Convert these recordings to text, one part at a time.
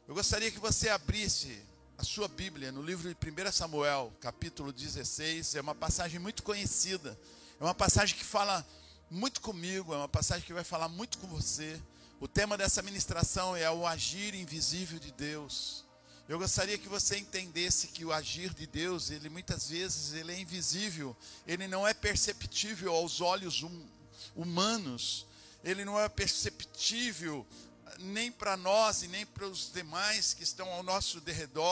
Eu gostaria que você abrisse a sua Bíblia no livro de 1 Samuel, capítulo 16. É uma passagem muito conhecida. É uma passagem que fala muito comigo, é uma passagem que vai falar muito com você. O tema dessa ministração é o agir invisível de Deus. Eu gostaria que você entendesse que o agir de Deus, ele muitas vezes ele é invisível, ele não é perceptível aos olhos humanos, ele não é perceptível nem para nós e nem para os demais que estão ao nosso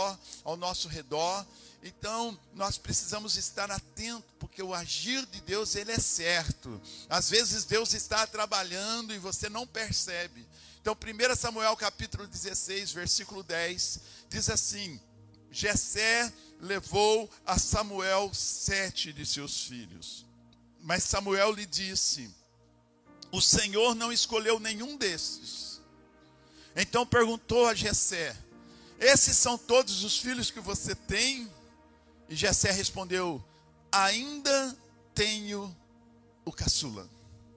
redor. Então, nós precisamos estar atentos, porque o agir de Deus, ele é certo. Às vezes Deus está trabalhando e você não percebe. Então, 1 Samuel capítulo 16, versículo 10, diz assim: Jessé levou a Samuel 7 de seus filhos. Mas Samuel lhe disse: o Senhor não escolheu nenhum desses. Então perguntou a Jessé: esses são todos os filhos que você tem? E Jessé respondeu: ainda tenho o caçula,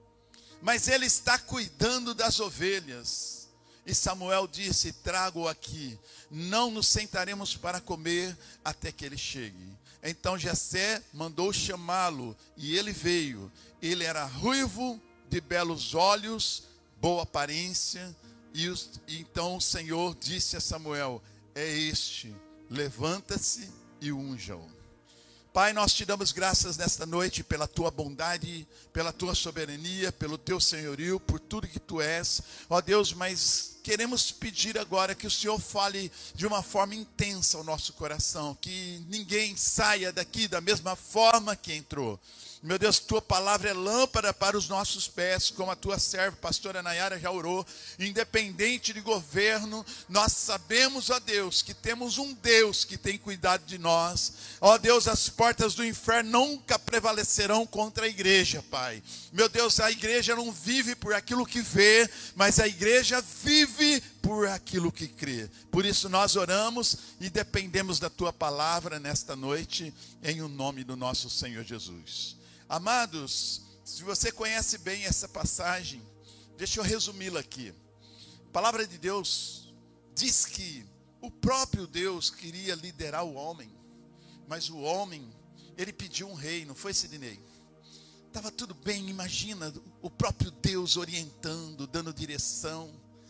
mas ele está cuidando das ovelhas. E Samuel disse: traga-o aqui, não nos sentaremos para comer até que ele chegue. Então Jessé mandou chamá-lo, e ele veio. Ele era ruivo, de belos olhos, boa aparência. E então o Senhor disse a Samuel: é este, levanta-se e unja-o. Pai, nós te damos graças nesta noite pela tua bondade, pela tua soberania, pelo teu senhorio, por tudo que tu és, ó Deus. Mas queremos pedir agora que o Senhor fale de uma forma intensa ao nosso coração, que ninguém saia daqui da mesma forma que entrou. Meu Deus, tua palavra é lâmpada para os nossos pés, como a tua serva, pastora Nayara, já orou. Independente de governo, nós sabemos, ó Deus, que temos um Deus que tem cuidado de nós. Ó Deus, as portas do inferno nunca prevalecerão contra a igreja, Pai. Meu Deus, a igreja não vive por aquilo que vê, mas a igreja vive por aquilo que crê. Por isso nós oramos e dependemos da tua palavra nesta noite, em o nome do nosso Senhor Jesus. Amados, se você conhece bem essa passagem, deixa eu resumi-la aqui. A palavra de Deus diz que o próprio Deus queria liderar o homem, mas o homem, ele pediu um rei, não foi, Sidney? Estava tudo bem, imagina, o próprio Deus orientando, dando direção.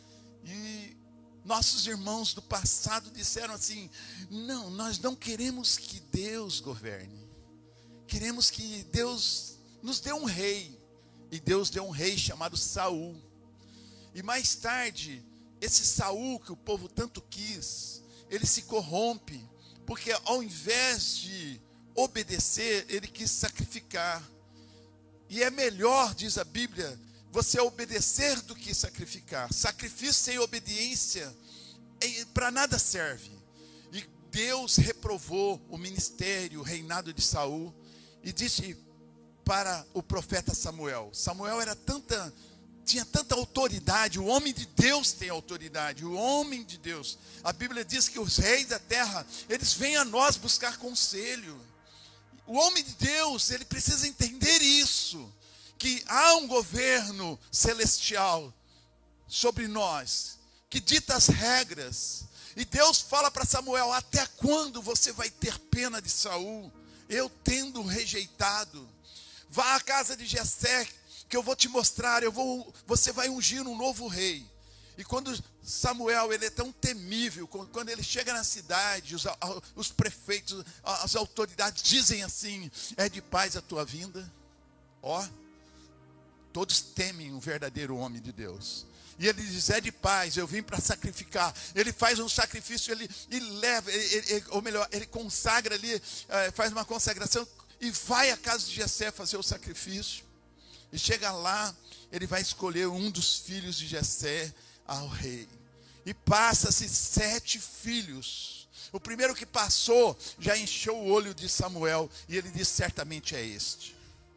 E nossos irmãos do passado disseram assim: não, nós não queremos que Deus governe. Queremos que Deus nos dê um rei. E Deus deu um rei chamado Saul. E mais tarde, esse Saul que o povo tanto quis, ele se corrompe, porque ao invés de obedecer, ele quis sacrificar. E é melhor, diz a Bíblia, você obedecer do que sacrificar. Sacrifício sem obediência para nada serve. E Deus reprovou o ministério, o reinado de Saul, e disse para o profeta Samuel. Samuel tinha tanta autoridade. O homem de Deus tem autoridade. O homem de Deus. A Bíblia diz que os reis da terra, eles vêm a nós buscar conselho. O homem de Deus, ele precisa entender isso, que há um governo celestial sobre nós, que dita as regras. E Deus fala para Samuel: até quando você vai ter pena de Saul, eu tendo rejeitado? Vá à casa de Jessé, que eu vou te mostrar, você vai ungir um novo rei. E quando Samuel, ele é tão temível, quando ele chega na cidade, os prefeitos, as autoridades dizem assim: é de paz a tua vinda? Ó, todos temem o verdadeiro homem de Deus. E ele diz: é de paz, eu vim para sacrificar. Ele faz um sacrifício, ele leva, ou melhor, ele consagra ali, faz uma consagração e vai à casa de Jessé fazer o sacrifício. E chega lá, ele vai escolher um dos filhos de Jessé ao rei. E passa-se 7 filhos. O primeiro que passou já encheu o olho de Samuel, e ele disse: certamente é este.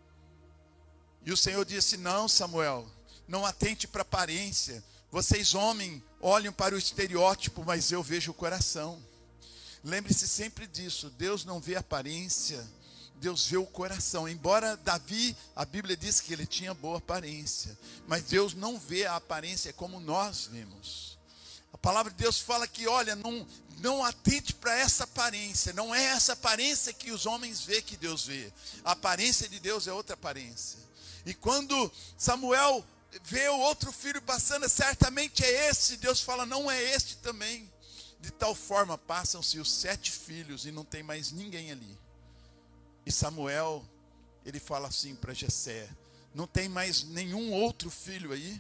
E o Senhor disse: não, Samuel, não atente para a aparência. Vocês, homens, olham para o estereótipo, mas eu vejo o coração. Lembre-se sempre disso: Deus não vê a aparência, Deus vê o coração. Embora Davi, a Bíblia diz que ele tinha boa aparência, mas Deus não vê a aparência como nós vemos. A palavra de Deus fala que, olha, não atente para essa aparência. Não é essa aparência que os homens vê que Deus vê. A aparência de Deus é outra aparência. E quando Samuel vê o outro filho passando, certamente é esse. Deus fala, não é este também. De tal forma passam-se os 7 filhos e não tem mais ninguém ali. E Samuel, ele fala assim para Jessé, não tem mais nenhum outro filho aí?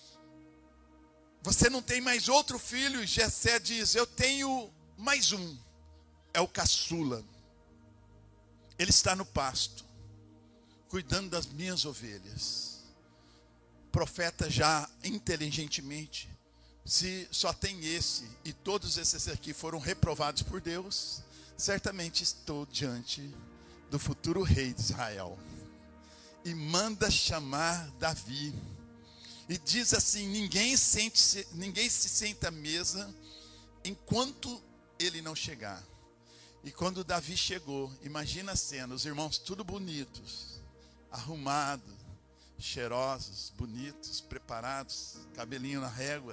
Você não tem mais outro filho? E Jessé diz, eu tenho mais um, é o caçula. Ele está no pasto, cuidando das minhas ovelhas. O profeta já inteligentemente, se só tem esse, e todos esses aqui foram reprovados por Deus, certamente estou diante do futuro rei de Israel. E manda chamar Davi. E diz assim, ninguém se senta à mesa enquanto ele não chegar. E quando Davi chegou, imagina a cena, os irmãos tudo bonitos, arrumados, cheirosos, bonitos, preparados, cabelinho na régua.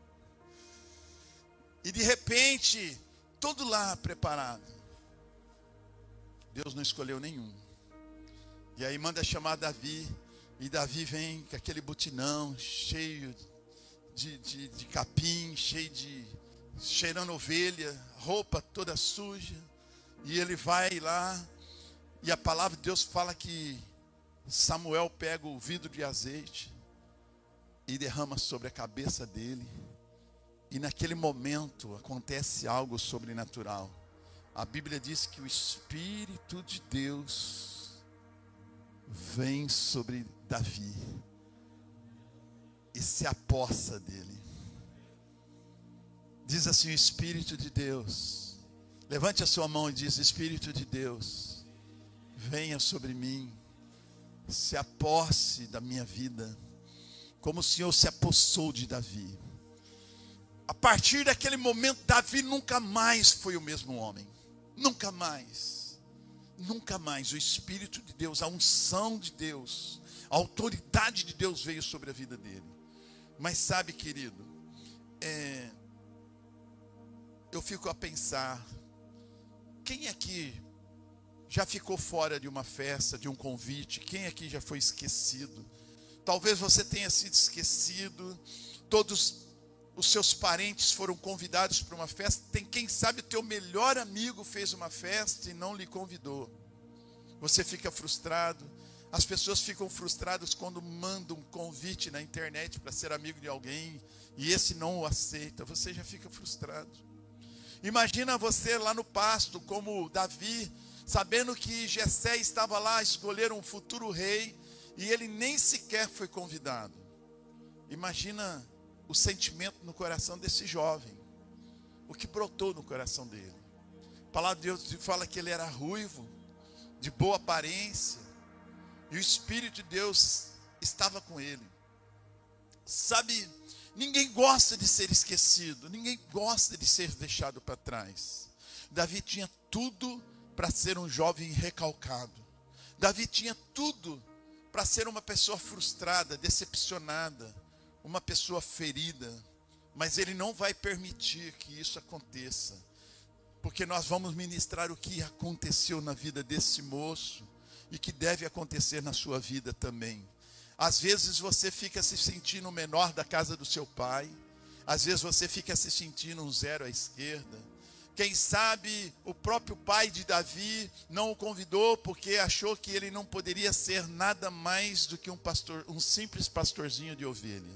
E de repente, tudo lá preparado. Deus não escolheu nenhum. E aí manda chamar Davi. E Davi vem com aquele botinão cheio de capim, cheirando ovelha, roupa toda suja. E ele vai lá, e a palavra de Deus fala que Samuel pega o vidro de azeite e derrama sobre a cabeça dele. E naquele momento acontece algo sobrenatural. A Bíblia diz que o Espírito de Deus vem sobre Davi e se apossa dele. Diz assim o Espírito de Deus, levante a sua mão e diz, Espírito de Deus, venha sobre mim, se aposse da minha vida, como o Senhor se apossou de Davi. A partir daquele momento, Davi nunca mais foi o mesmo homem, nunca mais. Nunca mais o Espírito de Deus, a unção de Deus, a autoridade de Deus veio sobre a vida dele. Mas sabe, querido, eu fico a pensar, quem aqui já ficou fora de uma festa, de um convite? Quem aqui já foi esquecido? Talvez você tenha sido esquecido, todos os seus parentes foram convidados para uma festa, tem quem sabe o teu melhor amigo fez uma festa e não lhe convidou. Você fica frustrado, as pessoas ficam frustradas quando mandam um convite na internet para ser amigo de alguém, e esse não o aceita, você já fica frustrado. Imagina você lá no pasto, como Davi, sabendo que Jessé estava lá a escolher um futuro rei, e ele nem sequer foi convidado. Imagina o sentimento no coração desse jovem, o que brotou no coração dele. A palavra de Deus fala que ele era ruivo, de boa aparência, e o Espírito de Deus estava com ele. Sabe, ninguém gosta de ser esquecido, ninguém gosta de ser deixado para trás. Davi tinha tudo para ser um jovem recalcado. Davi tinha tudo para ser uma pessoa frustrada, decepcionada, uma pessoa ferida, mas ele não vai permitir que isso aconteça, porque nós vamos ministrar o que aconteceu na vida desse moço e que deve acontecer na sua vida também. Às vezes você fica se sentindo o menor da casa do seu pai, às vezes você fica se sentindo um zero à esquerda. Quem sabe o próprio pai de Davi não o convidou porque achou que ele não poderia ser nada mais do que um pastor, um simples pastorzinho de ovelha.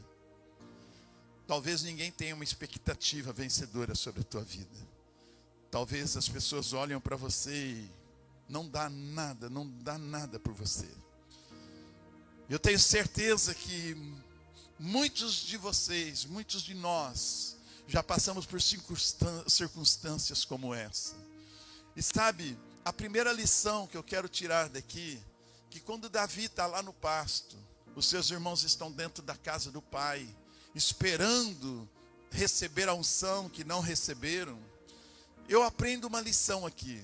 Talvez ninguém tenha uma expectativa vencedora sobre a tua vida. Talvez as pessoas olham para você e não dá nada por você. Eu tenho certeza que muitos de vocês, muitos de nós, já passamos por circunstâncias como essa. E sabe, a primeira lição que eu quero tirar daqui, que quando Davi está lá no pasto, os seus irmãos estão dentro da casa do pai, esperando receber a unção que não receberam, eu aprendo uma lição aqui.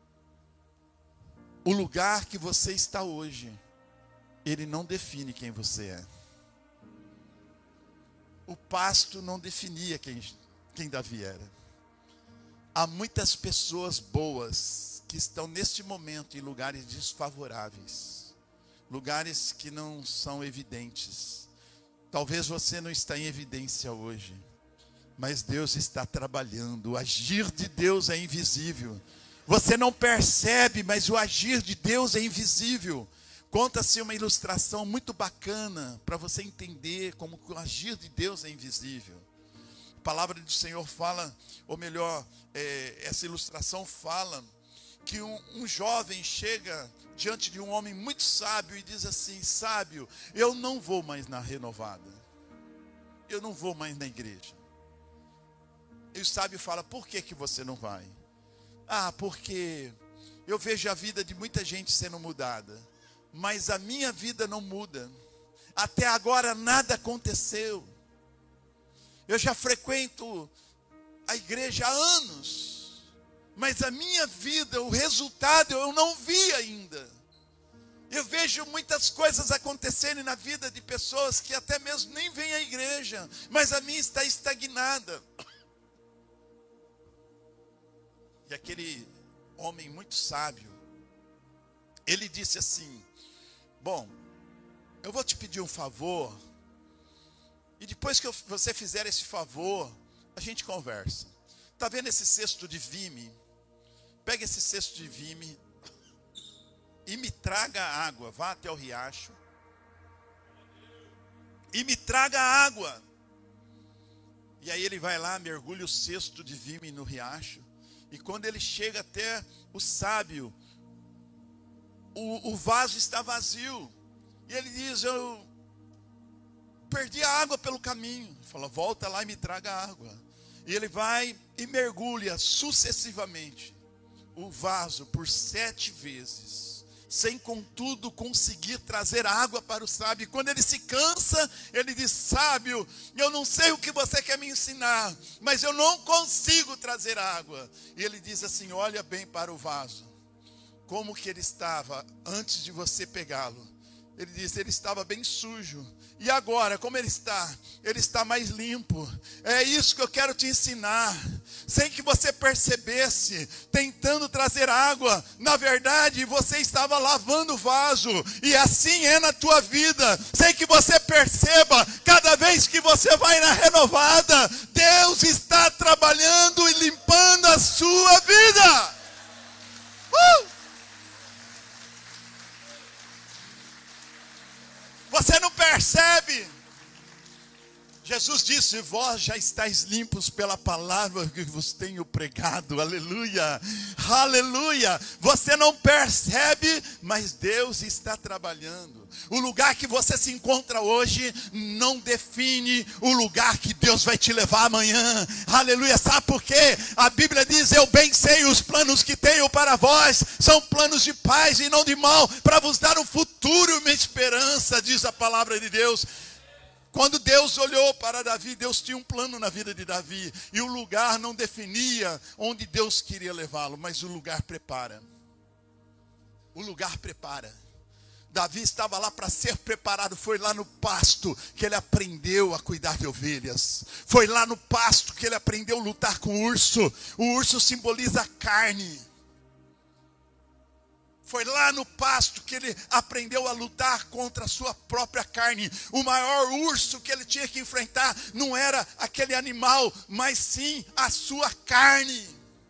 O lugar que você está hoje, ele não define quem você é. O pasto não definia quem Davi era. Há muitas pessoas boas que estão neste momento em lugares desfavoráveis, lugares que não são evidentes. Talvez você não está em evidência hoje, mas Deus está trabalhando. O agir de Deus é invisível. Você não percebe, mas o agir de Deus é invisível. Conta-se uma ilustração muito bacana para você entender como o agir de Deus é invisível. A palavra do Senhor fala, ou melhor, essa ilustração fala que um jovem chega diante de um homem muito sábio e diz assim: sábio, eu não vou mais na renovada, eu não vou mais na igreja. E o sábio fala: por que você não vai? Ah, porque eu vejo a vida de muita gente sendo mudada, mas a minha vida não muda. Até agora nada aconteceu. Eu já frequento a igreja há anos, mas a minha vida, o resultado eu não vi ainda. Eu vejo muitas coisas acontecerem na vida de pessoas que até mesmo nem vêm à igreja, mas a minha está estagnada. E aquele homem muito sábio, ele disse assim: bom, eu vou te pedir um favor, e depois que você fizer esse favor, a gente conversa. Está vendo esse cesto de vime? Pega esse cesto de vime e me traga água. Vá até o riacho e me traga água. E aí ele vai lá, mergulha o cesto de vime no riacho. E quando ele chega até o sábio, o vaso está vazio. E ele diz: eu perdi a água pelo caminho. Ele fala: volta lá e me traga água. E ele vai e mergulha sucessivamente o vaso por 7 vezes, sem contudo conseguir trazer água para o sábio. E quando ele se cansa, ele diz: sábio, eu não sei o que você quer me ensinar, mas eu não consigo trazer água. E ele diz assim: olha bem para o vaso, como que ele estava antes de você pegá-lo. Ele diz: ele estava bem sujo. E agora, como ele está? Ele está mais limpo. É isso que eu quero te ensinar. Sem que você percebesse, tentando trazer água, na verdade você estava lavando o vaso. E assim é na tua vida. Sem que você perceba, cada vez que você vai na renovada, Deus está trabalhando e limpando a sua vida. Você não percebe. Jesus disse: vós já estáis limpos pela palavra que vos tenho pregado. Aleluia, aleluia. Você não percebe, mas Deus está trabalhando. O lugar que você se encontra hoje não define o lugar que Deus vai te levar amanhã. Aleluia. Sabe por quê? A Bíblia diz: eu bem sei os planos que tenho para vós, são planos de paz e não de mal, para vos dar um futuro e uma esperança, diz a palavra de Deus. Quando Deus olhou para Davi, Deus tinha um plano na vida de Davi. E o lugar não definia onde Deus queria levá-lo, mas o lugar prepara. O lugar prepara. Davi estava lá para ser preparado. Foi lá no pasto que ele aprendeu a cuidar de ovelhas. Foi lá no pasto que ele aprendeu a lutar com o urso. O urso simboliza a carne. Foi lá no pasto que ele aprendeu a lutar contra a sua própria carne. O maior urso que ele tinha que enfrentar não era aquele animal, mas sim a sua carne.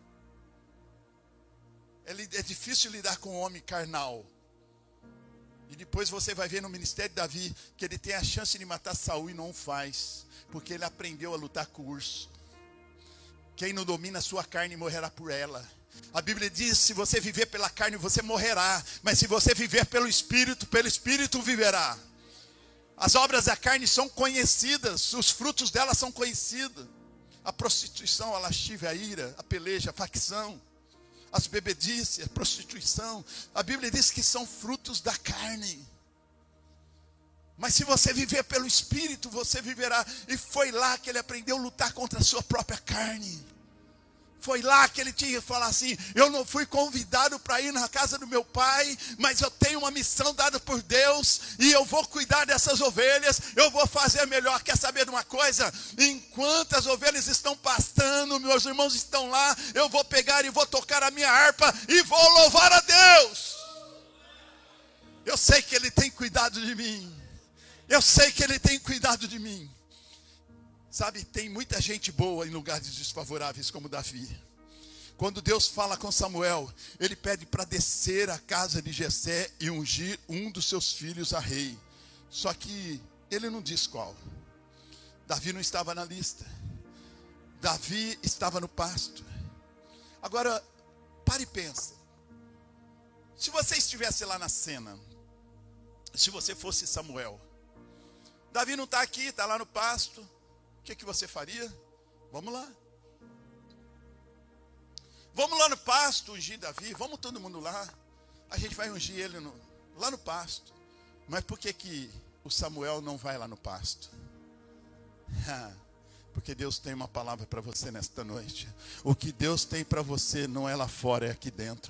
É difícil lidar com um homem carnal. E depois você vai ver no ministério de Davi que ele tem a chance de matar Saul e não o faz, porque ele aprendeu a lutar com o urso. Quem não domina a sua carne morrerá por ela. A Bíblia diz: se você viver pela carne, você morrerá. Mas se você viver pelo Espírito viverá. As obras da carne são conhecidas, os frutos dela são conhecidos. A prostituição, a lascívia, a ira, a peleja, a facção, as bebedices, a prostituição. A Bíblia diz que são frutos da carne. Mas se você viver pelo Espírito, você viverá. E foi lá que ele aprendeu a lutar contra a sua própria carne. foi lá que ele tinha que falar assim: eu não fui convidado para ir na casa do meu pai, mas eu tenho uma missão dada por Deus, e eu vou cuidar dessas ovelhas, eu vou fazer melhor. Quer saber de uma coisa? Enquanto as ovelhas estão pastando, meus irmãos estão lá, eu vou pegar e vou tocar a minha harpa e vou louvar a Deus. Eu sei que Ele tem cuidado de mim. Eu sei que Ele tem cuidado de mim. Sabe, tem muita gente boa em lugares desfavoráveis, como Davi. Quando Deus fala com Samuel, Ele pede para descer à casa de Jessé e ungir um dos seus filhos a rei. Só que Ele não diz qual. Davi não estava na lista. Davi estava no pasto. Agora, pare e pensa. Se você estivesse lá na cena, se você fosse Samuel, Davi não está aqui, está lá no pasto, o que você faria? Vamos lá. Vamos lá no pasto ungir Davi, vamos todo mundo lá. A gente vai ungir ele lá no pasto. Mas por que o Samuel não vai lá no pasto? Porque Deus tem uma palavra para você nesta noite. O que Deus tem para você não é lá fora, é aqui dentro.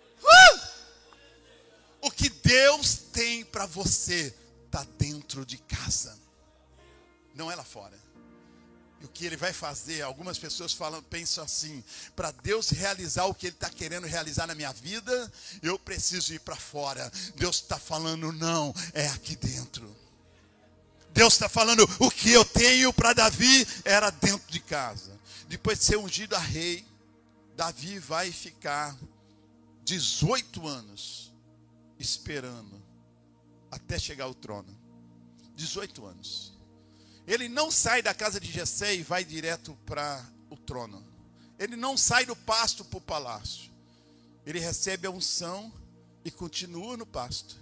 O que Deus tem para você está dentro de casa, não é lá fora. E o que Ele vai fazer, algumas pessoas pensam assim: para Deus realizar o que Ele está querendo realizar na minha vida, eu preciso ir para fora. Deus está falando: não, é aqui dentro. Deus está falando: o que eu tenho para Davi era dentro de casa. Depois de ser ungido a rei, Davi vai ficar 18 anos esperando até chegar ao trono. 18 anos. Ele não sai da casa de Jessé e vai direto para o trono. Ele não sai do pasto para o palácio. Ele recebe a unção e continua no pasto.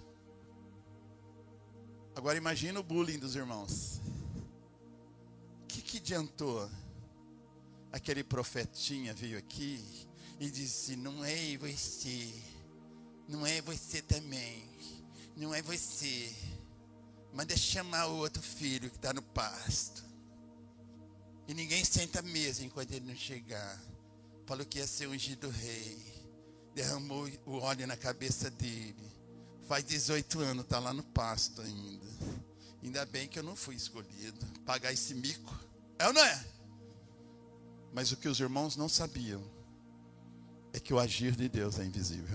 Agora imagina o bullying dos irmãos. O que adiantou? Aquele profetinha veio aqui e disse: não é você, não é você também, não é você. Manda chamar o outro filho que está no pasto. E ninguém senta à mesa enquanto ele não chegar. Falou que ia ser ungido rei. Derramou o óleo na cabeça dele. Faz 18 anos, está lá no pasto ainda. Ainda bem que eu não fui escolhido. Pagar esse mico. É ou não é? Mas o que os irmãos não sabiam é que o agir de Deus é invisível.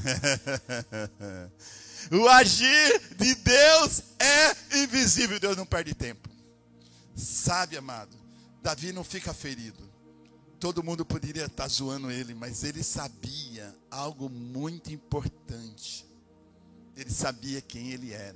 O agir de Deus é invisível. Deus não perde tempo. Sabe, amado, Davi não fica ferido. Todo mundo poderia estar zoando ele, mas ele sabia algo muito importante. Ele sabia quem ele era.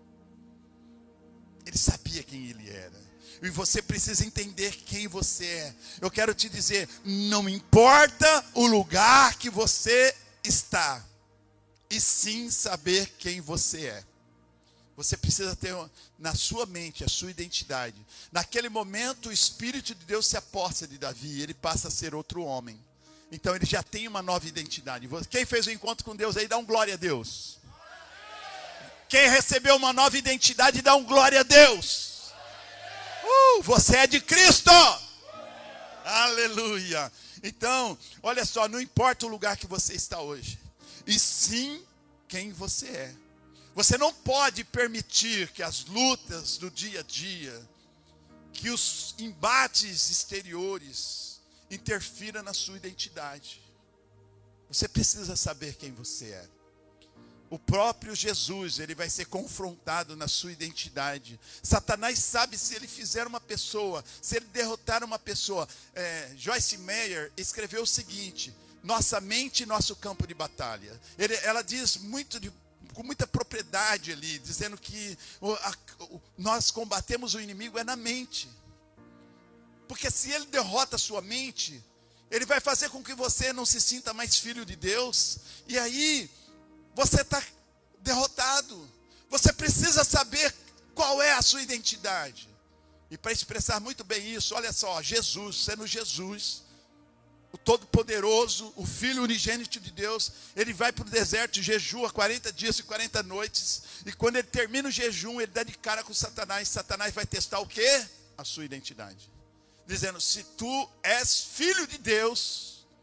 Ele sabia quem ele era. E você precisa entender quem você é. Eu quero te dizer, não importa o lugar que você está, e sim saber quem você é. Você precisa ter na sua mente a sua identidade. Naquele momento o Espírito de Deus se aposta de Davi e ele passa a ser outro homem. Então ele já tem uma nova identidade. Quem fez o encontro com Deus aí, dá um glória a Deus. Quem recebeu uma nova identidade, dá um glória a Deus. Você é de Cristo. Aleluia. Então, olha só, não importa o lugar que você está hoje, e sim quem você é. Você não pode permitir que as lutas do dia a dia, que os embates exteriores interfiram na sua identidade. Você precisa saber quem você é. O próprio Jesus, ele vai ser confrontado na sua identidade. Satanás sabe, se ele fizer uma pessoa, se ele derrotar uma pessoa. Joyce Meyer escreveu o seguinte: nossa mente e nosso campo de batalha. Ela diz com muita propriedade ali, dizendo que nós combatemos o inimigo na mente. Porque se ele derrota a sua mente, ele vai fazer com que você não se sinta mais filho de Deus. E aí você está derrotado. Você precisa saber qual é a sua identidade. E para expressar muito bem isso, olha só, Jesus, sendo Jesus, o Todo-Poderoso, o Filho unigênito de Deus, ele vai para o deserto e jejua 40 dias e 40 noites. E quando ele termina o jejum, ele dá de cara com Satanás. Satanás vai testar o quê? A sua identidade. Dizendo: se tu és filho de Deus,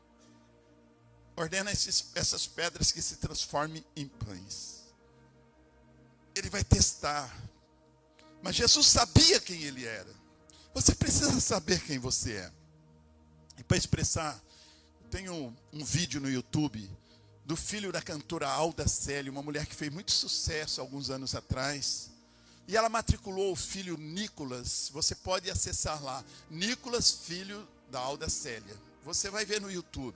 ordena essas pedras que se transformem em pães. Ele vai testar. Mas Jesus sabia quem ele era. Você precisa saber quem você é. E para expressar, tem um vídeo no YouTube do filho da cantora Alda Célia, uma mulher que fez muito sucesso alguns anos atrás. E ela matriculou o filho Nicolas. Você pode acessar lá. Nicolas, filho da Alda Célia. Você vai ver no YouTube.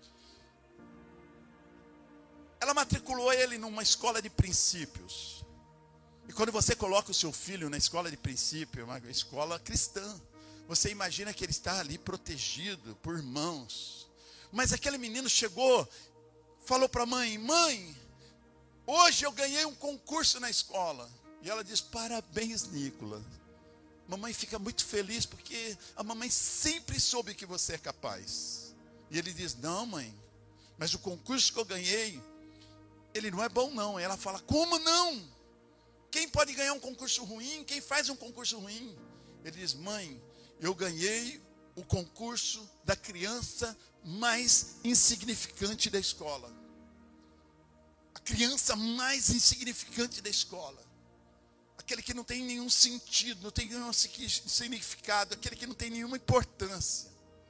Ela matriculou ele numa escola de princípios. E quando você coloca o seu filho na escola de princípio, uma escola cristã, você imagina que ele está ali protegido por irmãos. Mas aquele menino chegou, falou para a mãe: mãe, hoje eu ganhei um concurso na escola. E ela diz: parabéns, Nicolas. Mamãe fica muito feliz porque a mamãe sempre soube que você é capaz. E ele diz: não, mãe, mas o concurso que eu ganhei, ele não é bom não. E ela fala: como não? Quem pode ganhar um concurso ruim? Quem faz um concurso ruim? Ele diz: mãe, eu ganhei o concurso da criança mais insignificante da escola. A criança mais insignificante da escola. Aquele que não tem nenhum sentido, não tem nenhum significado, aquele que não tem nenhuma importância.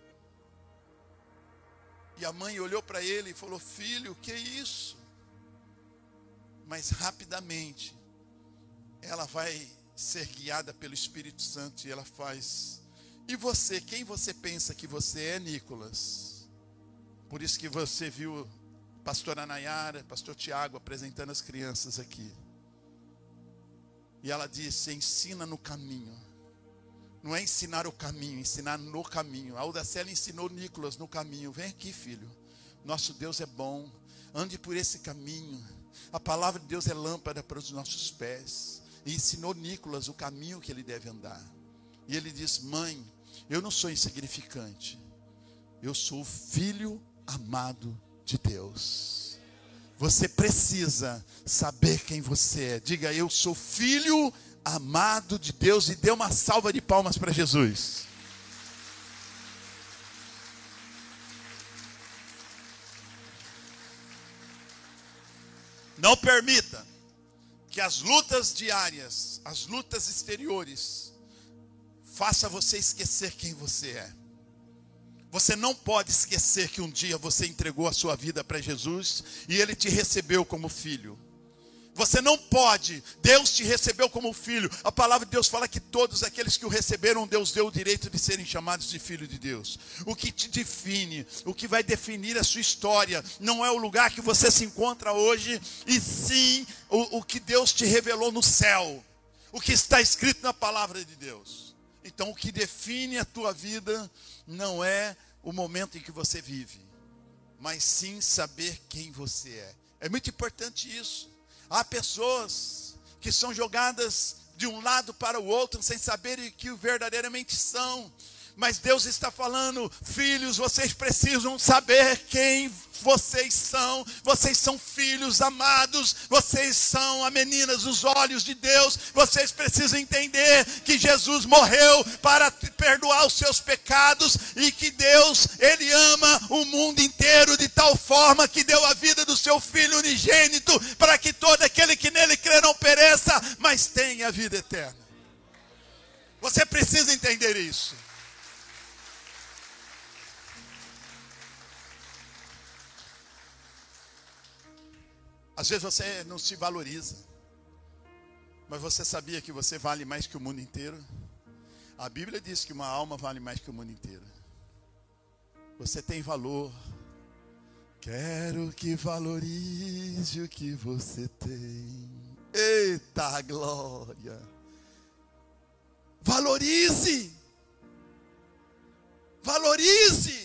E a mãe olhou para ele e falou: filho, o que é isso? Mas rapidamente, ela vai ser guiada pelo Espírito Santo e ela faz: e você, quem você pensa que você é, Nicolas? Por isso que você viu pastora Nayara, pastor Tiago apresentando as crianças aqui. E ela disse: ensina no caminho. Não é ensinar o caminho, ensinar no caminho. A Alda Célia ensinou Nicolas no caminho. Vem aqui, filho. Nosso Deus é bom. Ande por esse caminho. A palavra de Deus é lâmpada para os nossos pés. E ensinou Nicolas o caminho que ele deve andar. E ele diz: mãe, eu não sou insignificante. Eu sou o filho amado de Deus. Você precisa saber quem você é. Diga: eu sou filho amado de Deus. E dê uma salva de palmas para Jesus. Não permita que as lutas diárias, as lutas exteriores, faça você esquecer quem você é. Você não pode esquecer que um dia você entregou a sua vida para Jesus e Ele te recebeu como filho. Você não pode, Deus te recebeu como filho. A palavra de Deus fala que todos aqueles que o receberam, Deus deu o direito de serem chamados de filho de Deus. O que te define, o que vai definir a sua história, não é o lugar que você se encontra hoje, e sim o que Deus te revelou no céu. O que está escrito na palavra de Deus. Então o que define a tua vida não é o momento em que você vive, mas sim saber quem você é. É muito importante isso. Há pessoas que são jogadas de um lado para o outro sem saberem o que verdadeiramente são. Mas Deus está falando: filhos, vocês precisam saber quem vocês são. Vocês são filhos amados. Vocês são a menina dos olhos de Deus. Vocês precisam entender que Jesus morreu para perdoar os seus pecados. E que Deus, Ele ama o mundo inteiro de tal forma que deu a vida do seu Filho unigênito, para que todo aquele que nele crê não pereça, mas tenha a vida eterna. Você precisa entender isso. Às vezes você não se valoriza, mas você sabia que você vale mais que o mundo inteiro? A Bíblia diz que uma alma vale mais que o mundo inteiro. Você tem valor. Quero que valorize o que você tem. Eita glória! Valorize! Valorize!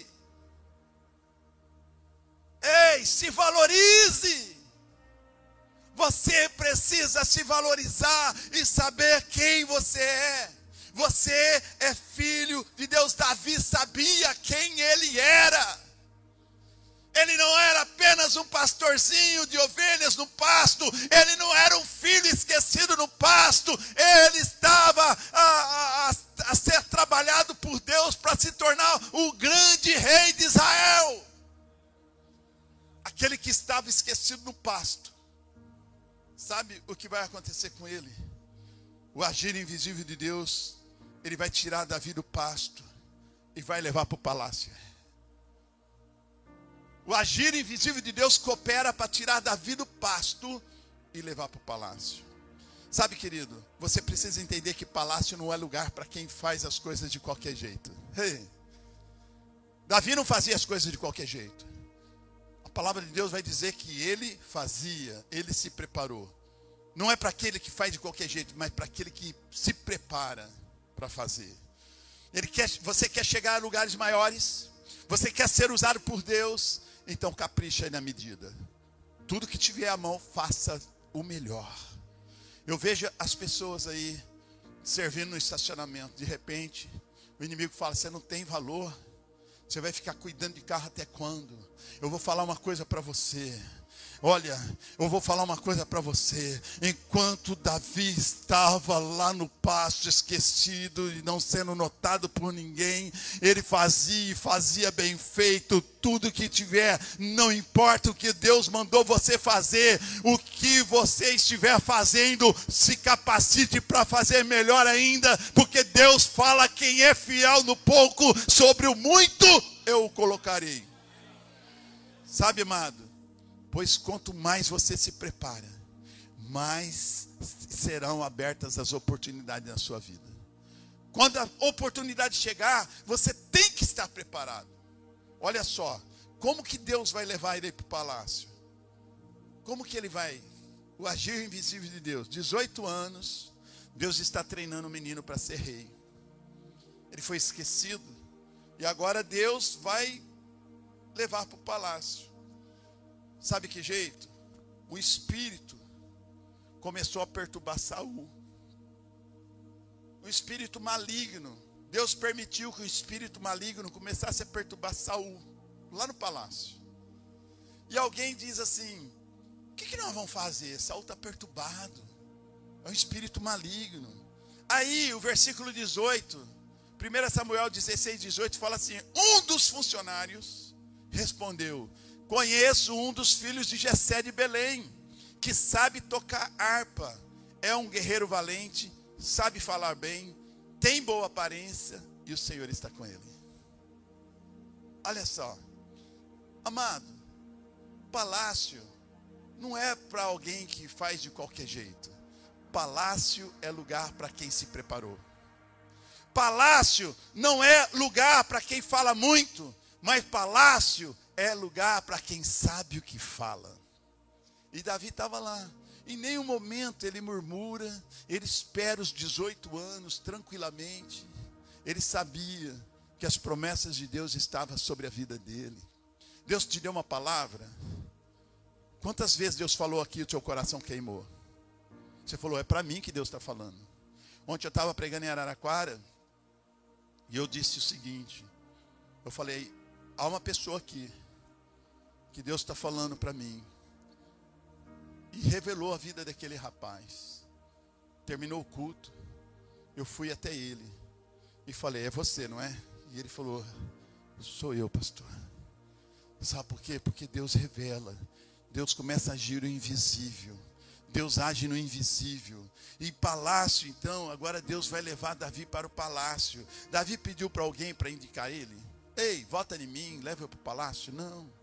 Ei, se valorize! Você precisa se valorizar e saber quem você é. Você é filho de Deus. Davi sabia quem ele era. Ele não era apenas um pastorzinho de ovelhas no pasto. Ele não era um filho esquecido no pasto. Ele estava a ser trabalhado por Deus para se tornar o grande rei de Israel. aquele que estava esquecido no pasto. Sabe o que vai acontecer com ele? O agir invisível de Deus, ele vai tirar Davi do pasto e vai levar para o palácio. O agir invisível de Deus coopera para tirar Davi do pasto e levar para o palácio. Sabe, querido, você precisa entender que palácio não é lugar para quem faz as coisas de qualquer jeito. Davi não fazia as coisas de qualquer jeito. A palavra de Deus vai dizer que ele fazia, ele se preparou. Não é para aquele que faz de qualquer jeito, mas para aquele que se prepara para fazer. Você quer chegar a lugares maiores? Você quer ser usado por Deus? Então capricha aí na medida. Tudo que tiver à mão, faça o melhor. Eu vejo as pessoas aí servindo no estacionamento. De repente, o inimigo fala: você não tem valor. Você vai ficar cuidando de carro até quando? Eu vou falar uma coisa para você. Olha, eu vou falar uma coisa para você. Enquanto Davi estava lá no pasto, esquecido e não sendo notado por ninguém, ele fazia bem feito. Tudo que tiver, não importa o que Deus mandou você fazer, o que você estiver fazendo, se capacite para fazer melhor ainda, porque Deus fala: quem é fiel no pouco, sobre o muito eu o colocarei. Sabe, amado? Pois quanto mais você se prepara, mais serão abertas as oportunidades na sua vida. Quando a oportunidade chegar, você tem que estar preparado. Olha só, como que Deus vai levar ele para o palácio? Como que ele vai? O agir invisível de Deus. 18 anos, Deus está treinando o menino para ser rei. Ele foi esquecido, e agora Deus vai levar para o palácio. Sabe que jeito? O espírito começou a perturbar Saul. O espírito maligno. Deus permitiu que o espírito maligno começasse a perturbar Saul, lá no palácio. E alguém diz assim: o que nós vamos fazer? Saul está perturbado. É um espírito maligno. Aí o versículo 18, 1 Samuel 16, 18, fala assim: um dos funcionários respondeu: conheço um dos filhos de Jessé de Belém, que sabe tocar harpa, é um guerreiro valente, sabe falar bem, tem boa aparência, e o Senhor está com ele. Olha só, amado, palácio não é para alguém que faz de qualquer jeito. Palácio é lugar para quem se preparou. Palácio não é lugar para quem fala muito, mas palácio é lugar para quem sabe o que fala. E Davi estava lá. Em nenhum momento ele murmura. Ele espera os 18 anos tranquilamente. Ele sabia que as promessas de Deus estavam sobre a vida dele. Deus te deu uma palavra. Quantas vezes Deus falou aqui e o seu coração queimou? Você falou: é para mim que Deus está falando. Ontem eu estava pregando em Araraquara, e eu disse o seguinte. Eu falei: há uma pessoa aqui que Deus está falando para mim. E revelou a vida daquele rapaz. Terminou o culto, eu fui até ele e falei: é você, não é? E ele falou: sou eu, pastor. Sabe por quê? Porque Deus revela. Deus começa a agir no invisível. Deus age no invisível. E palácio, então, agora Deus vai levar Davi para o palácio. Davi pediu para alguém para indicar ele: ei, vota em mim, leva eu para o palácio. Não.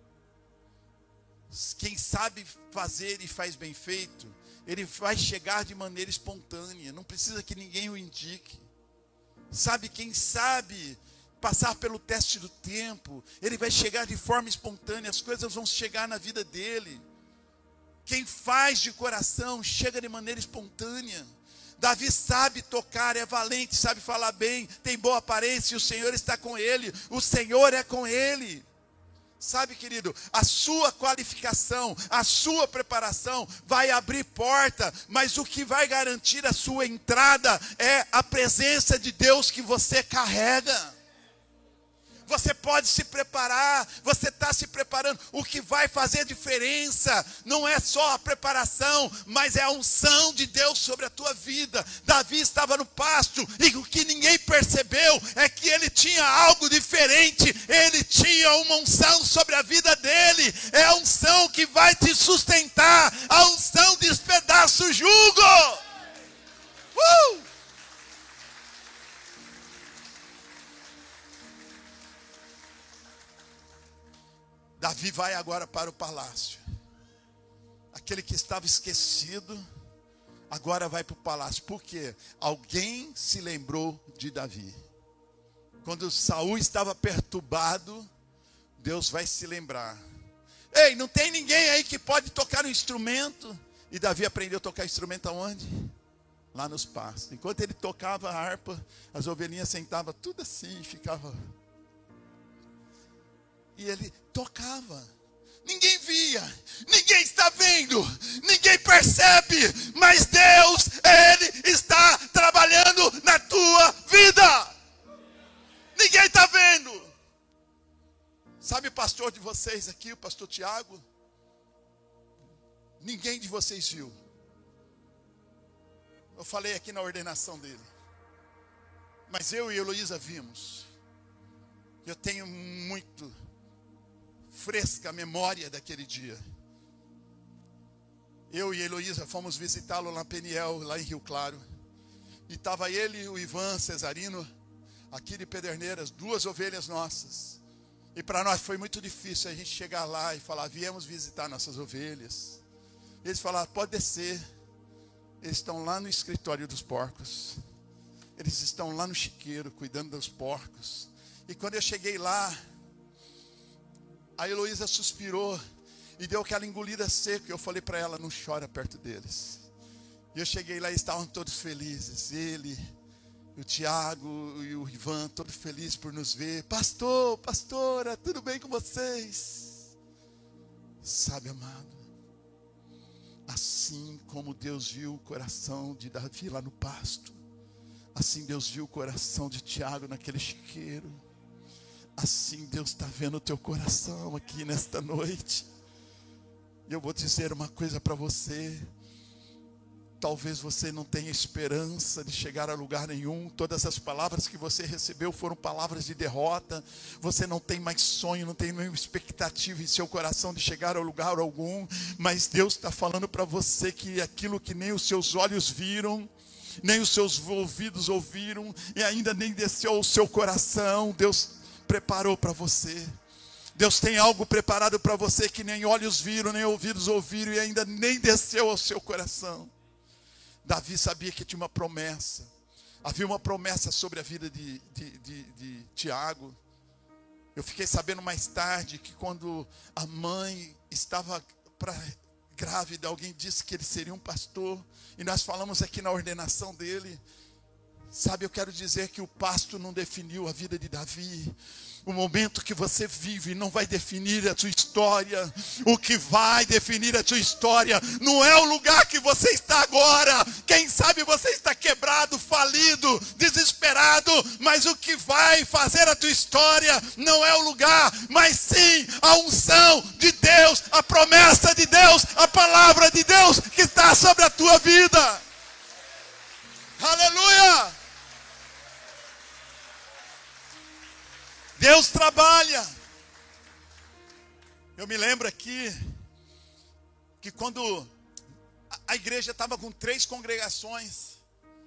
Quem sabe fazer e faz bem feito, ele vai chegar de maneira espontânea. Não precisa que ninguém o indique. Sabe, quem sabe passar pelo teste do tempo, ele vai chegar de forma espontânea. As coisas vão chegar na vida dele. Quem faz de coração, chega de maneira espontânea. Davi sabe tocar, é valente, sabe falar bem, tem boa aparência, e o Senhor está com ele. O Senhor é com ele. Sabe, querido, a sua qualificação, a sua preparação vai abrir porta, mas o que vai garantir a sua entrada é a presença de Deus que você carrega. Você pode se preparar, você está se preparando. O que vai fazer diferença não é só a preparação, mas é a unção de Deus sobre a tua vida. Davi estava no pasto e o que ninguém percebeu é que ele tinha algo diferente. Ele tinha uma unção sobre a vida dele. É a unção que vai te sustentar. A unção despedaça o jugo. Davi vai agora para o palácio. Aquele que estava esquecido, agora vai para o palácio. Por quê? Alguém se lembrou de Davi. Quando Saul estava perturbado, Deus vai se lembrar. Ei, não tem ninguém aí que pode tocar um instrumento? E Davi aprendeu a tocar instrumento aonde? Lá nos pastos. Enquanto ele tocava a harpa, as ovelhinhas sentavam tudo assim e ficava... E ele tocava. Ninguém via, ninguém está vendo, ninguém percebe, mas Deus, Ele está trabalhando na tua vida. Ninguém está vendo. Sabe o pastor de vocês aqui, o pastor Tiago? Ninguém de vocês viu. Eu falei aqui na ordenação dele. Mas eu e Heloísa vimos. Eu tenho muito fresca a memória daquele dia. Eu e Heloísa fomos visitá-lo lá em Peniel, lá em Rio Claro. E estava ele, o Ivan Cesarino, aqui de Pederneiras, 2 ovelhas nossas. E para nós foi muito difícil a gente chegar lá e falar, viemos visitar nossas ovelhas. Eles falaram, pode descer. Eles estão lá no escritório dos porcos. Eles estão lá no chiqueiro, cuidando dos porcos. E quando eu cheguei lá, a Heloísa suspirou e deu aquela engolida seca. Eu falei para ela, não chora perto deles. E eu cheguei lá e estavam todos felizes. Ele, o Tiago e o Ivan, todos felizes por nos ver. Pastor, pastora, tudo bem com vocês? Sabe, amado, assim como Deus viu o coração de Davi lá no pasto, assim Deus viu o coração de Tiago naquele chiqueiro. Assim Deus está vendo o teu coração aqui nesta noite. E eu vou dizer uma coisa para você. Talvez você não tenha esperança de chegar a lugar nenhum. Todas as palavras que você recebeu foram palavras de derrota. Você não tem mais sonho, não tem nenhuma expectativa em seu coração de chegar a lugar algum. Mas Deus está falando para você que aquilo que nem os seus olhos viram, nem os seus ouvidos ouviram, e ainda nem desceu ao seu coração, Deus preparou para você. Deus tem algo preparado para você que nem olhos viram, nem ouvidos ouviram, e ainda nem desceu ao seu coração. Davi sabia que tinha uma promessa. Havia uma promessa sobre a vida de Tiago. Eu fiquei sabendo mais tarde que quando a mãe estava grávida, alguém disse que ele seria um pastor. E nós falamos aqui na ordenação dele. Sabe, eu quero dizer que o pasto não definiu a vida de Davi. O momento que você vive não vai definir a sua história. O que vai definir a sua história não é o lugar que você está agora. Quem sabe você está quebrado, falido, desesperado. Mas o que vai fazer a tua história não é o lugar, mas sim a unção de Deus, a promessa de Deus, a palavra de Deus que está sobre a tua vida. Aleluia! Deus trabalha. Eu me lembro aqui que quando a igreja estava com 3 congregações,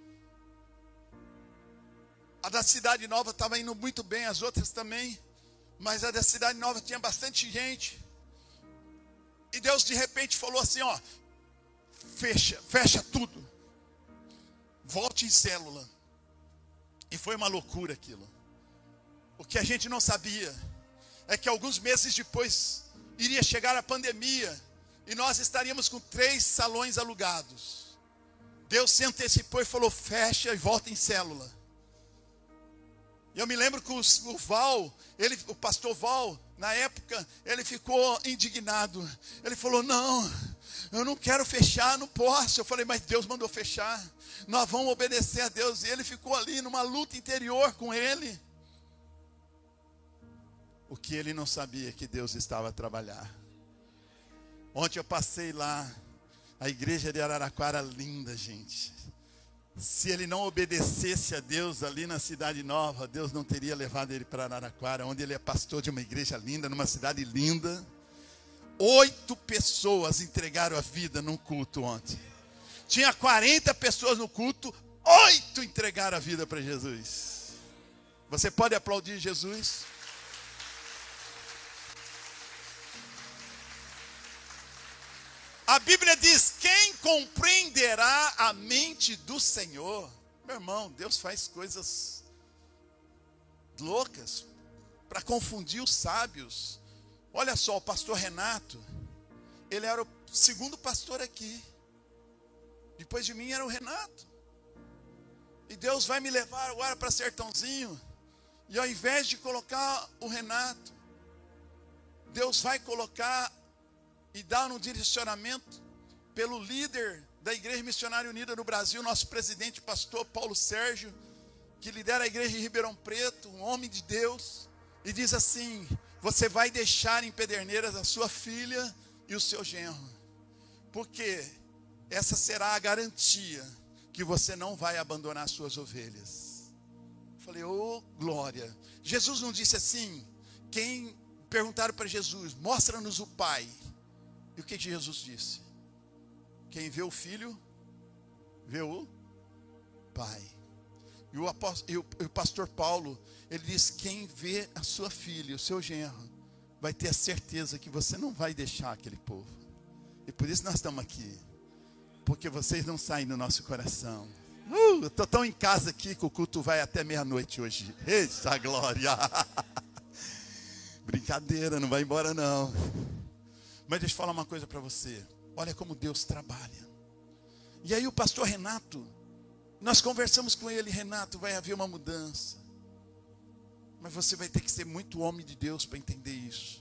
a da Cidade Nova estava indo muito bem, as outras também, mas a da Cidade Nova tinha bastante gente. E Deus de repente falou assim, ó, fecha tudo, volte em célula. E foi uma loucura aquilo. O que a gente não sabia é que alguns meses depois iria chegar a pandemia e nós estaríamos com 3 salões alugados. Deus se antecipou e falou, fecha e volta em célula. E eu me lembro que o pastor Val, na época, ele ficou indignado. Ele falou, não, eu não quero fechar, não posso. Eu falei, mas Deus mandou fechar. Nós vamos obedecer a Deus. E ele ficou ali numa luta interior com ele. O que ele não sabia que Deus estava a trabalhar. Ontem eu passei lá, a igreja de Araraquara linda, gente. Se ele não obedecesse a Deus ali na Cidade Nova, Deus não teria levado ele para Araraquara, onde ele é pastor de uma igreja linda, numa cidade linda. 8 pessoas entregaram a vida num culto ontem. Tinha 40 pessoas no culto, 8 entregaram a vida para Jesus. Você pode aplaudir Jesus? A Bíblia diz: quem compreenderá a mente do Senhor? Meu irmão, Deus faz coisas loucas para confundir os sábios. Olha só, o pastor Renato, ele era o segundo pastor aqui. Depois de mim era o Renato. E Deus vai me levar agora para Sertãozinho. E ao invés de colocar o Renato, Deus vai colocar e dar um direcionamento pelo líder da Igreja Missionária Unida no Brasil, nosso presidente, pastor Paulo Sérgio, que lidera a igreja de Ribeirão Preto, um homem de Deus, e diz assim: você vai deixar em Pederneiras a sua filha e o seu genro, porque essa será a garantia que você não vai abandonar as suas ovelhas. Eu falei, oh glória. Jesus não disse assim, perguntaram para Jesus, mostra-nos o Pai. E o que Jesus disse? Quem vê o Filho, vê o Pai. E o pastor Paulo, ele diz, quem vê a sua filha, o seu genro, vai ter a certeza que você não vai deixar aquele povo. E por isso nós estamos aqui. Porque vocês não saem do nosso coração. Eu estou tão em casa aqui que o culto vai até meia-noite hoje. Eita glória! Brincadeira, não vai embora não. Mas deixa eu falar uma coisa para você. Olha como Deus trabalha. E aí o pastor Renato, nós conversamos com ele, Renato, vai haver uma mudança. Mas você vai ter que ser muito homem de Deus para entender isso.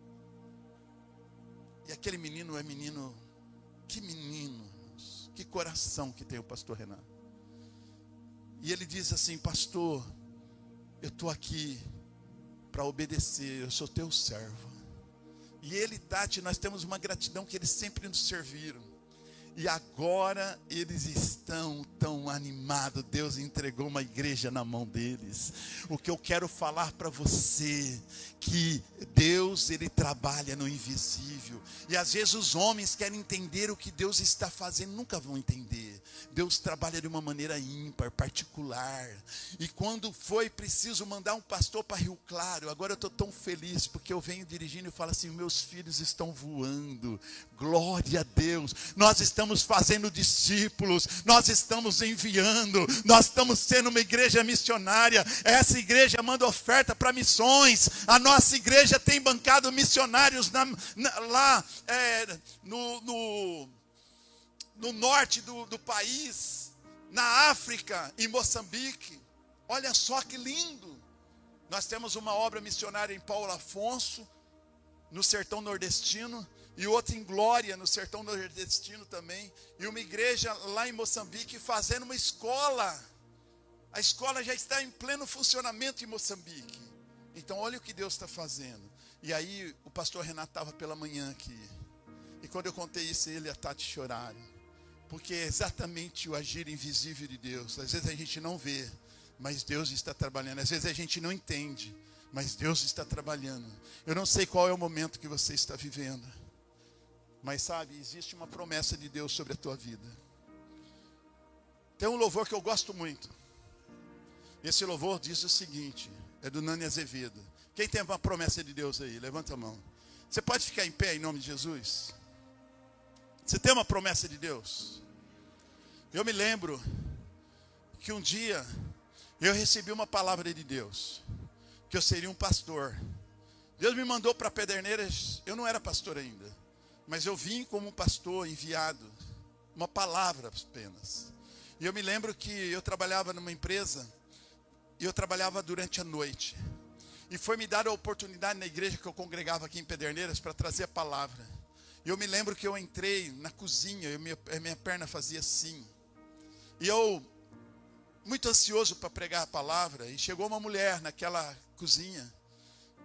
E aquele menino é menino, que menino, que coração que tem o pastor Renato. E ele diz assim, pastor, eu estou aqui para obedecer, eu sou teu servo. E ele, Tati, nós temos uma gratidão que eles sempre nos serviram. E agora eles estão tão animados. Deus entregou uma igreja na mão deles. O que eu quero falar para você, que Deus, ele trabalha no invisível. E às vezes os homens querem entender o que Deus está fazendo, nunca vão entender. Deus trabalha de uma maneira ímpar, particular. E quando foi preciso mandar um pastor para Rio Claro, agora eu estou tão feliz, porque eu venho dirigindo e falo assim, meus filhos estão voando. Glória a Deus. Nós estamos fazendo discípulos, nós estamos enviando, nós estamos sendo uma igreja missionária. Essa igreja manda oferta para missões. A nossa igreja tem bancado missionários lá no norte do país, na África, em Moçambique. Olha só que lindo. Nós temos uma obra missionária em Paulo Afonso, no sertão nordestino, e outra em Glória, no sertão nordestino também, e uma igreja lá em Moçambique fazendo uma escola. A escola já está em pleno funcionamento em Moçambique. Então olha o que Deus está fazendo. E aí o pastor Renato estava pela manhã aqui, e quando eu contei isso, ele e a Tati choraram, porque é exatamente o agir invisível de Deus. Às vezes a gente não vê, mas Deus está trabalhando. Às vezes a gente não entende, mas Deus está trabalhando. Eu não sei qual é o momento que você está vivendo, mas sabe, existe uma promessa de Deus sobre a tua vida. Tem um louvor que eu gosto muito. Esse louvor diz o seguinte, é do Nani Azevedo. Quem tem uma promessa de Deus aí? Levanta a mão. Você pode ficar em pé em nome de Jesus? Você tem uma promessa de Deus? Eu me lembro que um dia eu recebi uma palavra de Deus, que eu seria um pastor. Deus me mandou para Pederneiras, eu não era pastor ainda, mas eu vim como um pastor enviado, uma palavra apenas. E eu me lembro que eu trabalhava numa empresa, e eu trabalhava durante a noite. E foi me dada a oportunidade na igreja que eu congregava aqui em Pederneiras para trazer a palavra. E eu me lembro que eu entrei na cozinha, a minha perna fazia assim. E eu, muito ansioso para pregar a palavra, e chegou uma mulher naquela cozinha.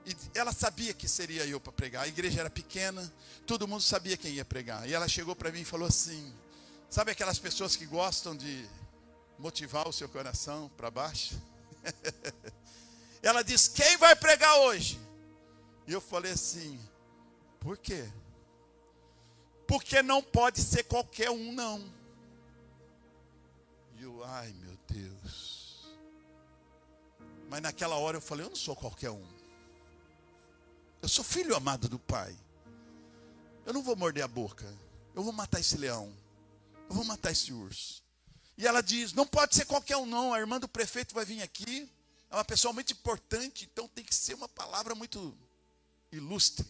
E ela sabia que seria eu para pregar. A igreja era pequena, todo mundo sabia quem ia pregar. E ela chegou para mim e falou assim, sabe aquelas pessoas que gostam de motivar o seu coração para baixo? Ela disse, quem vai pregar hoje? E eu falei assim, por quê? Porque não pode ser qualquer um, não. E eu, ai meu Deus. Mas naquela hora eu falei, eu não sou qualquer um. Eu sou filho amado do Pai. Eu não vou morder a boca. Eu vou matar esse leão. Eu vou matar esse urso. E ela diz, não pode ser qualquer um não. A irmã do prefeito vai vir aqui. É uma pessoa muito importante. Então tem que ser uma palavra muito ilustre.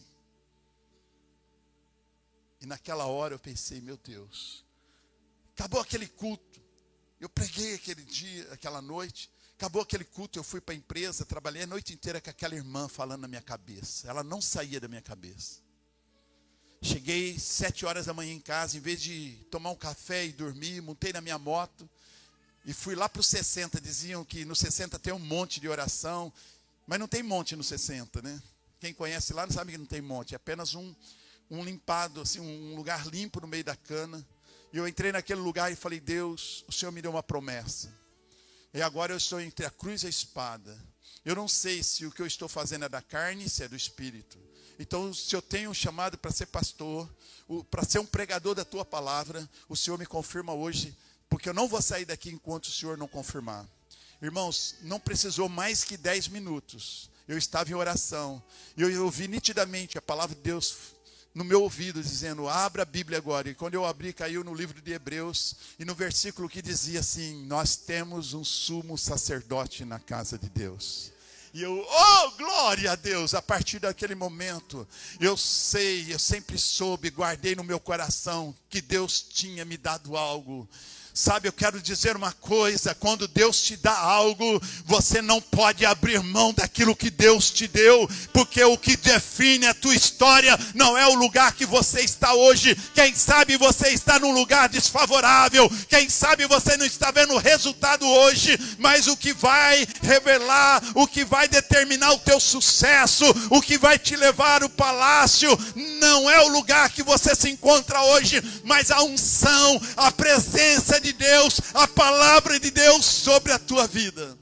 E naquela hora eu pensei, meu Deus. Acabou aquele culto. Eu preguei aquele dia, aquela noite. Acabou aquele culto, eu fui para a empresa, trabalhei a noite inteira com aquela irmã falando na minha cabeça. Ela não saía da minha cabeça. Cheguei 7 horas da manhã em casa, em vez de tomar um café e dormir, montei na minha moto e fui lá para os 60. Diziam que no 60 tem um monte de oração, mas não tem monte no 60, né? Quem conhece lá não sabe que não tem monte, é apenas um limpado, assim, um lugar limpo no meio da cana. E eu entrei naquele lugar e falei, Deus, o Senhor me deu uma promessa. E agora eu estou entre a cruz e a espada. Eu não sei se o que eu estou fazendo é da carne, se é do Espírito. Então, se eu tenho um chamado para ser pastor, para ser um pregador da tua palavra, o Senhor me confirma hoje, porque eu não vou sair daqui enquanto o Senhor não confirmar. Irmãos, não precisou mais que 10 minutos. Eu estava em oração. E eu ouvi nitidamente a palavra de Deus no meu ouvido, dizendo, abra a Bíblia agora. E quando eu abri, caiu no livro de Hebreus, e no versículo que dizia assim, nós temos um sumo sacerdote na casa de Deus. E eu, oh, glória a Deus, a partir daquele momento, eu sempre soube, guardei no meu coração, que Deus tinha me dado algo. Sabe, eu quero dizer uma coisa, quando Deus te dá algo, você não pode abrir mão daquilo que Deus te deu, porque o que define a tua história não é o lugar que você está hoje. Quem sabe você está num lugar desfavorável, quem sabe você não está vendo o resultado hoje, mas o que vai revelar, o que vai determinar o teu sucesso, o que vai te levar ao palácio, não é o lugar que você se encontra hoje, mas a unção, a presença de Deus, a palavra de Deus sobre a tua vida.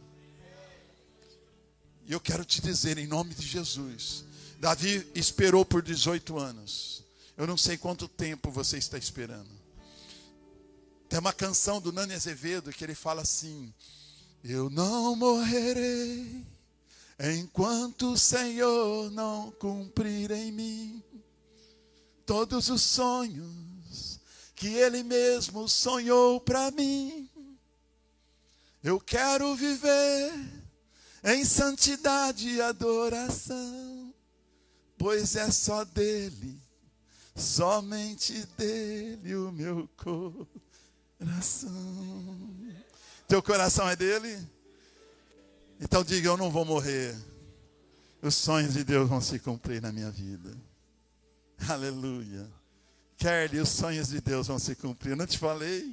E eu quero te dizer em nome de Jesus, Davi esperou por 18 anos. Eu não sei quanto tempo você está esperando. Tem uma canção do Nani Azevedo que ele fala assim, eu não morrerei enquanto o Senhor não cumprir em mim todos os sonhos que Ele mesmo sonhou para mim. Eu quero viver em santidade e adoração, pois é só dele, somente dele o meu coração. Teu coração é dele? Então diga, eu não vou morrer. Os sonhos de Deus vão se cumprir na minha vida. Aleluia. Kelly, os sonhos de Deus vão se cumprir. Eu não te falei?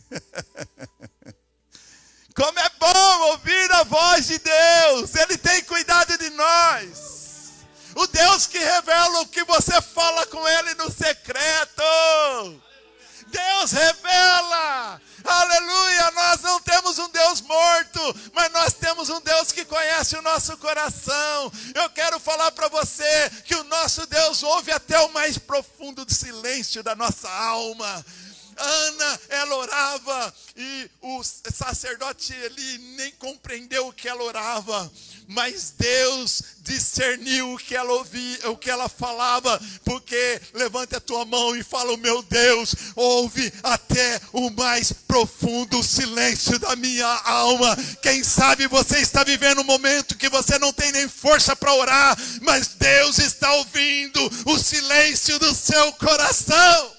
Como é bom ouvir a voz de Deus. Ele tem cuidado de nós. O Deus que revela o que você fala com Ele no secreto. Deus revela. Aleluia. Nós não temos um Deus morto, mas nós temos um Deus que conhece o nosso coração. Eu quero falar para você que o nosso Deus ouve até o mais profundo silêncio da nossa alma. Ana, ela orava e o sacerdote Eli nem compreendeu o que ela orava, mas Deus discerniu o que ela ouvia, o que ela falava, porque levanta a tua mão e fala, o meu Deus ouve até o mais profundo silêncio da minha alma. Quem sabe você está vivendo um momento que você não tem nem força para orar, mas Deus está ouvindo o silêncio do seu coração.